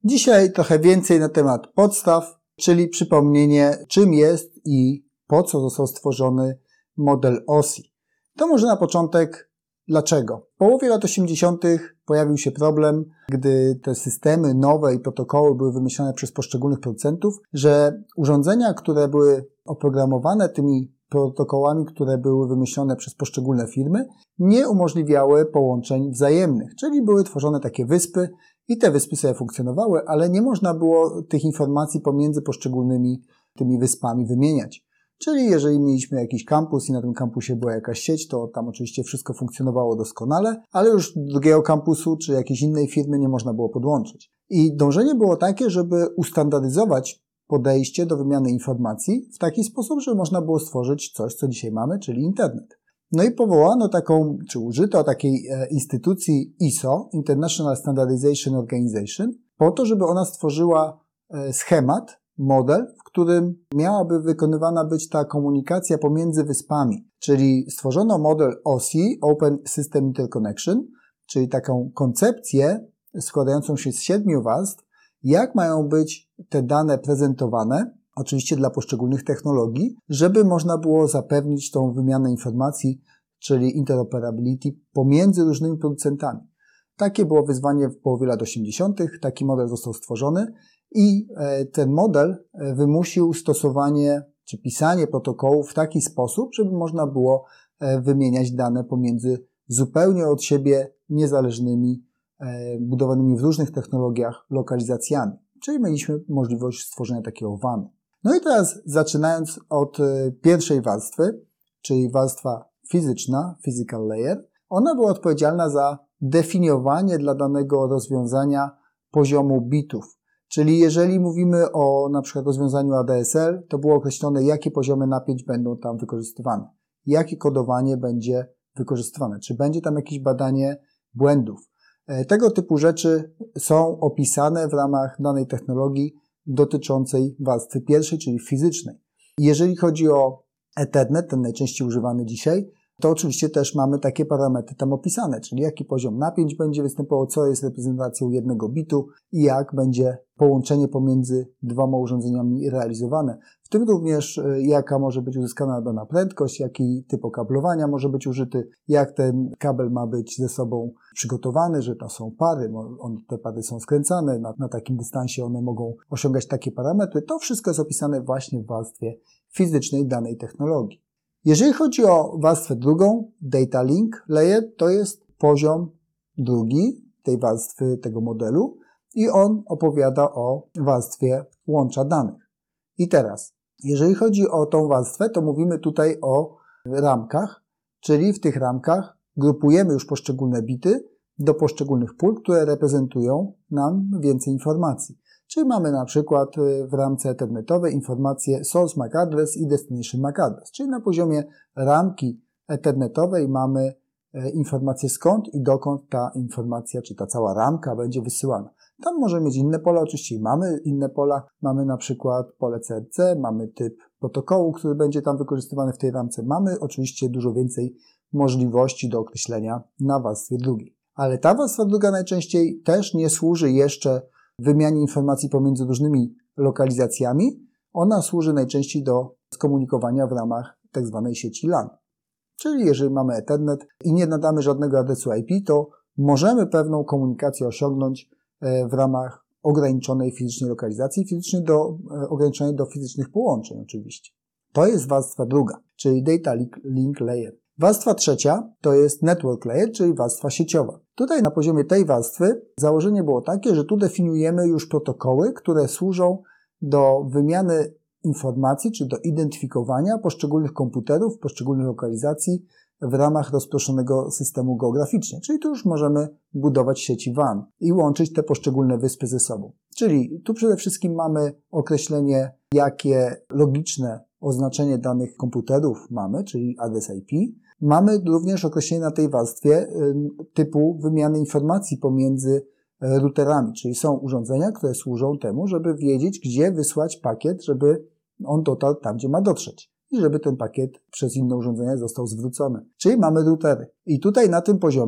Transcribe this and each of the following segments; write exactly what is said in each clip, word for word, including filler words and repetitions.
Dzisiaj trochę więcej na temat podstaw, czyli przypomnienie, czym jest i po co został stworzony model O S I. To może na początek dlaczego. W połowie lat osiemdziesiątych pojawił się problem, gdy te systemy nowe i protokoły były wymyślone przez poszczególnych producentów, że urządzenia, które były oprogramowane tymi protokołami, które były wymyślone przez poszczególne firmy, nie umożliwiały połączeń wzajemnych, czyli były tworzone takie wyspy i te wyspy sobie funkcjonowały, ale nie można było tych informacji pomiędzy poszczególnymi tymi wyspami wymieniać. Czyli jeżeli mieliśmy jakiś kampus i na tym kampusie była jakaś sieć, to tam oczywiście wszystko funkcjonowało doskonale, ale już drugiego kampusu czy jakiejś innej firmy nie można było podłączyć. I dążenie było takie, żeby ustandaryzować podejście do wymiany informacji w taki sposób, żeby można było stworzyć coś, co dzisiaj mamy, czyli internet. No i powołano taką, czy użyto takiej instytucji I S O, International Standardization Organization, po to, żeby ona stworzyła schemat, model, w którym miałaby wykonywana być ta komunikacja pomiędzy wyspami. Czyli stworzono model O S I, Open System Interconnection, czyli taką koncepcję składającą się z siedmiu warstw, jak mają być te dane prezentowane, oczywiście dla poszczególnych technologii, żeby można było zapewnić tą wymianę informacji, czyli interoperability pomiędzy różnymi producentami. Takie było wyzwanie w połowie lat osiemdziesiątych, taki model został stworzony i ten model wymusił stosowanie czy pisanie protokołów w taki sposób, żeby można było wymieniać dane pomiędzy zupełnie od siebie niezależnymi, budowanymi w różnych technologiach lokalizacjami. Czyli mieliśmy możliwość stworzenia takiego W A N-u. No i teraz zaczynając od pierwszej warstwy, czyli warstwa fizyczna, physical layer, ona była odpowiedzialna za definiowanie dla danego rozwiązania poziomu bitów. Czyli jeżeli mówimy o na przykład rozwiązaniu A D S L, to było określone, jakie poziomy napięć będą tam wykorzystywane, jakie kodowanie będzie wykorzystywane, czy będzie tam jakieś badanie błędów. Tego typu rzeczy są opisane w ramach danej technologii dotyczącej warstwy pierwszej, czyli fizycznej. Jeżeli chodzi o Ethernet, ten najczęściej używany dzisiaj, to oczywiście też mamy takie parametry tam opisane, czyli jaki poziom napięć będzie występował, co jest reprezentacją jednego bitu i jak będzie połączenie pomiędzy dwoma urządzeniami realizowane. W tym również jaka może być uzyskana dana prędkość, jaki typ okablowania może być użyty, jak ten kabel ma być ze sobą przygotowany, że to są pary, on, te pary są skręcane, na, na takim dystansie one mogą osiągać takie parametry. To wszystko jest opisane właśnie w warstwie fizycznej danej technologii. Jeżeli chodzi o warstwę drugą, Data Link Layer, to jest poziom drugi tej warstwy, tego modelu i on opowiada o warstwie łącza danych. I teraz, jeżeli chodzi o tą warstwę, to mówimy tutaj o ramkach, czyli w tych ramkach grupujemy już poszczególne bity do poszczególnych pól, które reprezentują nam więcej informacji. Czyli mamy na przykład w ramce ethernetowej informacje source M A C address i destination M A C address. Czyli na poziomie ramki ethernetowej mamy informację skąd i dokąd ta informacja, czy ta cała ramka będzie wysyłana. Tam możemy mieć inne pola, oczywiście mamy inne pola. Mamy na przykład pole C R C, mamy typ protokołu, który będzie tam wykorzystywany w tej ramce. Mamy oczywiście dużo więcej możliwości do określenia na warstwie drugiej. Ale ta warstwa druga najczęściej też nie służy jeszcze wymianie informacji pomiędzy różnymi lokalizacjami. Ona służy najczęściej do skomunikowania w ramach tak zwanej sieci LAN. Czyli jeżeli mamy Ethernet i nie nadamy żadnego adresu I P, to możemy pewną komunikację osiągnąć w ramach ograniczonej fizycznej lokalizacji, fizycznej do, ograniczonej do fizycznych połączeń oczywiście. To jest warstwa druga, czyli Data Link Layer. Warstwa trzecia to jest Network Layer, czyli warstwa sieciowa. Tutaj na poziomie tej warstwy założenie było takie, że tu definiujemy już protokoły, które służą do wymiany informacji, czy do identyfikowania poszczególnych komputerów, poszczególnych lokalizacji w ramach rozproszonego systemu geograficznie. Czyli tu już możemy budować sieci W A N i łączyć te poszczególne wyspy ze sobą. Czyli tu przede wszystkim mamy określenie, jakie logiczne oznaczenie danych komputerów mamy, czyli adres I P. Mamy również określenie na tej warstwie typu wymiany informacji pomiędzy routerami, czyli są urządzenia, które służą temu, żeby wiedzieć, gdzie wysłać pakiet, żeby on dotarł tam, gdzie ma dotrzeć i żeby ten pakiet przez inne urządzenia został zwrócony. Czyli mamy routery. I tutaj na tym poziomie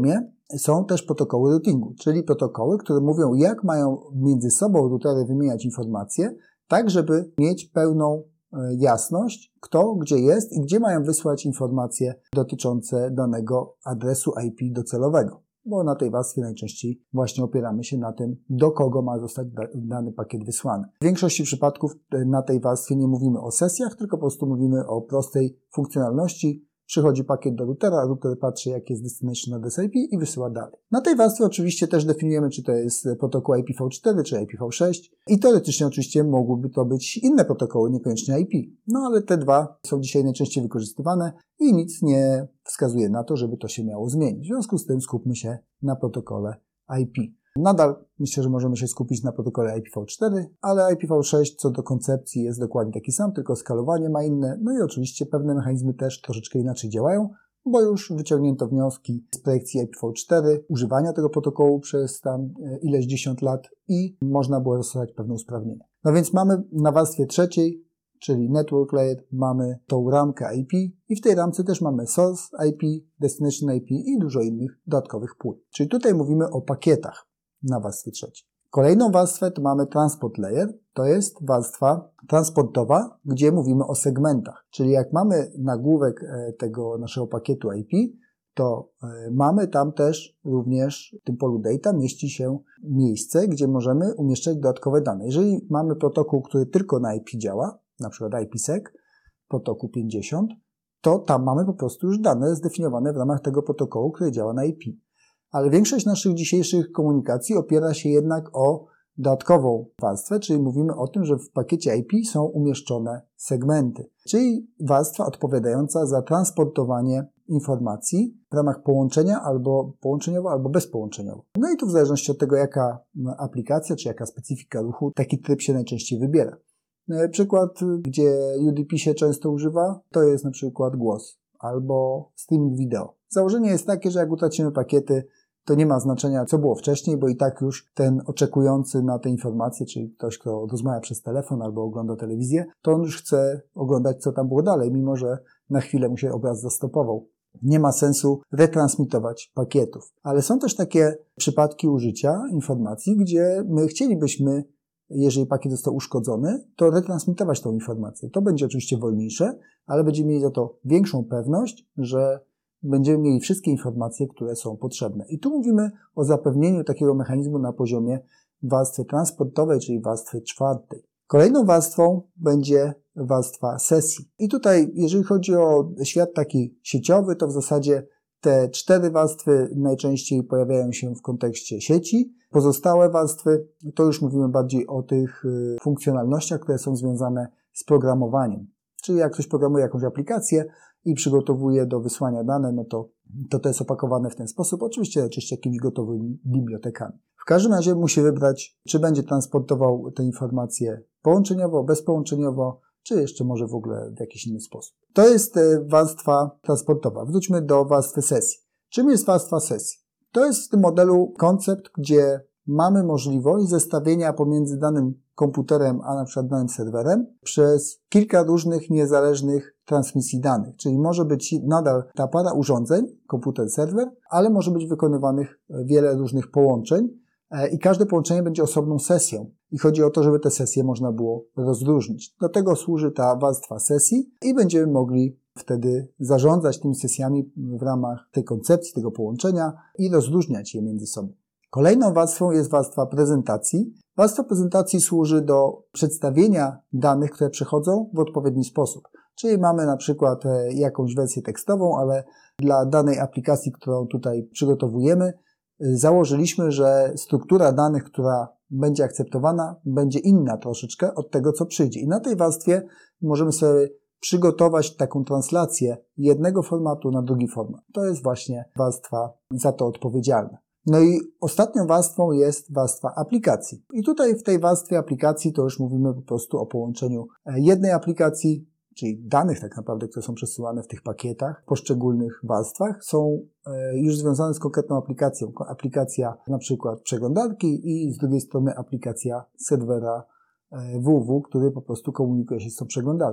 są też protokoły routingu, czyli protokoły, które mówią, jak mają między sobą routery wymieniać informacje, tak żeby mieć pełną jasność, kto gdzie jest i gdzie mają wysłać informacje dotyczące danego adresu I P docelowego. Bo na tej warstwie najczęściej właśnie opieramy się na tym, do kogo ma zostać dany pakiet wysłany. W większości przypadków na tej warstwie nie mówimy o sesjach, tylko po prostu mówimy o prostej funkcjonalności. Przychodzi pakiet do routera, router patrzy, jaki jest destination address I P i wysyła dalej. Na tej warstwie oczywiście też definiujemy, czy to jest protokół I P v cztery, czy I P v sześć i teoretycznie oczywiście mogłyby to być inne protokoły, niekoniecznie I P. No ale te dwa są dzisiaj najczęściej wykorzystywane i nic nie wskazuje na to, żeby to się miało zmienić. W związku z tym skupmy się na protokole I P. Nadal myślę, że możemy się skupić na protokole I P v cztery, ale I P v sześć co do koncepcji jest dokładnie taki sam, tylko skalowanie ma inne, no i oczywiście pewne mechanizmy też troszeczkę inaczej działają, bo już wyciągnięto wnioski z projekcji I P v cztery, używania tego protokołu przez tam ileś dziesiąt lat i można było zastosować pewne usprawnienia. No więc mamy na warstwie trzeciej, czyli Network Layer, mamy tą ramkę I P i w tej ramce też mamy Source I P, Destination I P i dużo innych dodatkowych pól. Czyli tutaj mówimy o pakietach na warstwie trzeciej. Kolejną warstwę to mamy Transport Layer, to jest warstwa transportowa, gdzie mówimy o segmentach. Czyli jak mamy nagłówek tego naszego pakietu I P, to mamy tam też również w tym polu data mieści się miejsce, gdzie możemy umieszczać dodatkowe dane. Jeżeli mamy protokół, który tylko na I P działa, na przykład I P sec, protokół pięćdziesiąt, to tam mamy po prostu już dane zdefiniowane w ramach tego protokołu, który działa na I P. Ale większość naszych dzisiejszych komunikacji opiera się jednak o dodatkową warstwę, czyli mówimy o tym, że w pakiecie I P są umieszczone segmenty, czyli warstwa odpowiadająca za transportowanie informacji w ramach połączenia albo połączeniowo, albo bezpołączeniowo. No i tu w zależności od tego, jaka aplikacja czy jaka specyfika ruchu, taki tryb się najczęściej wybiera. Przykład, gdzie U D P się często używa, to jest na przykład głos albo streaming wideo. Założenie jest takie, że jak utracimy pakiety, to nie ma znaczenia, co było wcześniej, bo i tak już ten oczekujący na te informacje, czyli ktoś, kto rozmawia przez telefon albo ogląda telewizję, to on już chce oglądać, co tam było dalej, mimo że na chwilę mu się obraz zastopował. Nie ma sensu retransmitować pakietów. Ale są też takie przypadki użycia informacji, gdzie my chcielibyśmy, jeżeli pakiet został uszkodzony, to retransmitować tą informację. To będzie oczywiście wolniejsze, ale będziemy mieli za to większą pewność, że będziemy mieli wszystkie informacje, które są potrzebne. I tu mówimy o zapewnieniu takiego mechanizmu na poziomie warstwy transportowej, czyli warstwy czwartej. Kolejną warstwą będzie warstwa sesji. I tutaj, jeżeli chodzi o świat taki sieciowy, to w zasadzie te cztery warstwy najczęściej pojawiają się w kontekście sieci. Pozostałe warstwy to już mówimy bardziej o tych funkcjonalnościach, które są związane z programowaniem. Czyli jak ktoś programuje jakąś aplikację i przygotowuje do wysłania dane, no to, to to jest opakowane w ten sposób, oczywiście najczęściej jakimiś gotowymi bibliotekami. W każdym razie musi wybrać, czy będzie transportował te informacje połączeniowo, bezpołączeniowo, czy jeszcze może w ogóle w jakiś inny sposób. To jest warstwa transportowa. Wróćmy do warstwy sesji. Czym jest warstwa sesji? To jest w tym modelu koncept, gdzie mamy możliwość zestawienia pomiędzy danym komputerem, a na przykład danym serwerem przez kilka różnych niezależnych transmisji danych. Czyli może być nadal ta para urządzeń, komputer, serwer, ale może być wykonywanych wiele różnych połączeń i każde połączenie będzie osobną sesją. I chodzi o to, żeby te sesje można było rozróżnić. Do tego służy ta warstwa sesji i będziemy mogli wtedy zarządzać tymi sesjami w ramach tej koncepcji, tego połączenia i rozróżniać je między sobą. Kolejną warstwą jest warstwa prezentacji. Warstwa prezentacji służy do przedstawienia danych, które przechodzą w odpowiedni sposób. Czyli mamy na przykład jakąś wersję tekstową, ale dla danej aplikacji, którą tutaj przygotowujemy, założyliśmy, że struktura danych, która będzie akceptowana, będzie inna troszeczkę od tego, co przyjdzie. I na tej warstwie możemy sobie przygotować taką translację jednego formatu na drugi format. To jest właśnie warstwa za to odpowiedzialna. No i ostatnią warstwą jest warstwa aplikacji. I tutaj w tej warstwie aplikacji to już mówimy po prostu o połączeniu jednej aplikacji, czyli danych tak naprawdę, które są przesyłane w tych pakietach, w poszczególnych warstwach, są już związane z konkretną aplikacją. Aplikacja na przykład przeglądarki i z drugiej strony aplikacja serwera www, który po prostu komunikuje się z tą przeglądarką.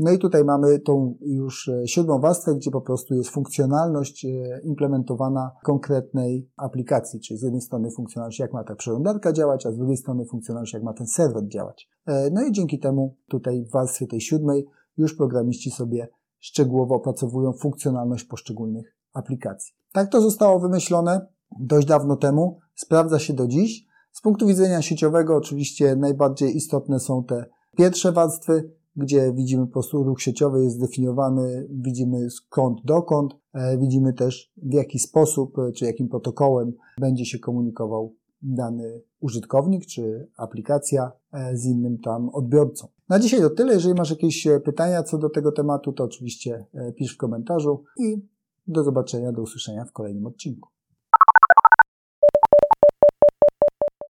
No i tutaj mamy tą już siódmą warstwę, gdzie po prostu jest funkcjonalność implementowana konkretnej aplikacji, czyli z jednej strony funkcjonalność, jak ma ta przeglądarka działać, a z drugiej strony funkcjonalność, jak ma ten serwer działać. No i dzięki temu tutaj w warstwie tej siódmej już programiści sobie szczegółowo opracowują funkcjonalność poszczególnych aplikacji. Tak to zostało wymyślone dość dawno temu, sprawdza się do dziś. Z punktu widzenia sieciowego oczywiście najbardziej istotne są te pierwsze warstwy, gdzie widzimy po prostu ruch sieciowy jest zdefiniowany, widzimy skąd dokąd, widzimy też w jaki sposób czy jakim protokołem będzie się komunikował dany użytkownik czy aplikacja z innym tam odbiorcą. Na dzisiaj to tyle. Jeżeli masz jakieś pytania co do tego tematu, to oczywiście pisz w komentarzu i do zobaczenia, do usłyszenia w kolejnym odcinku.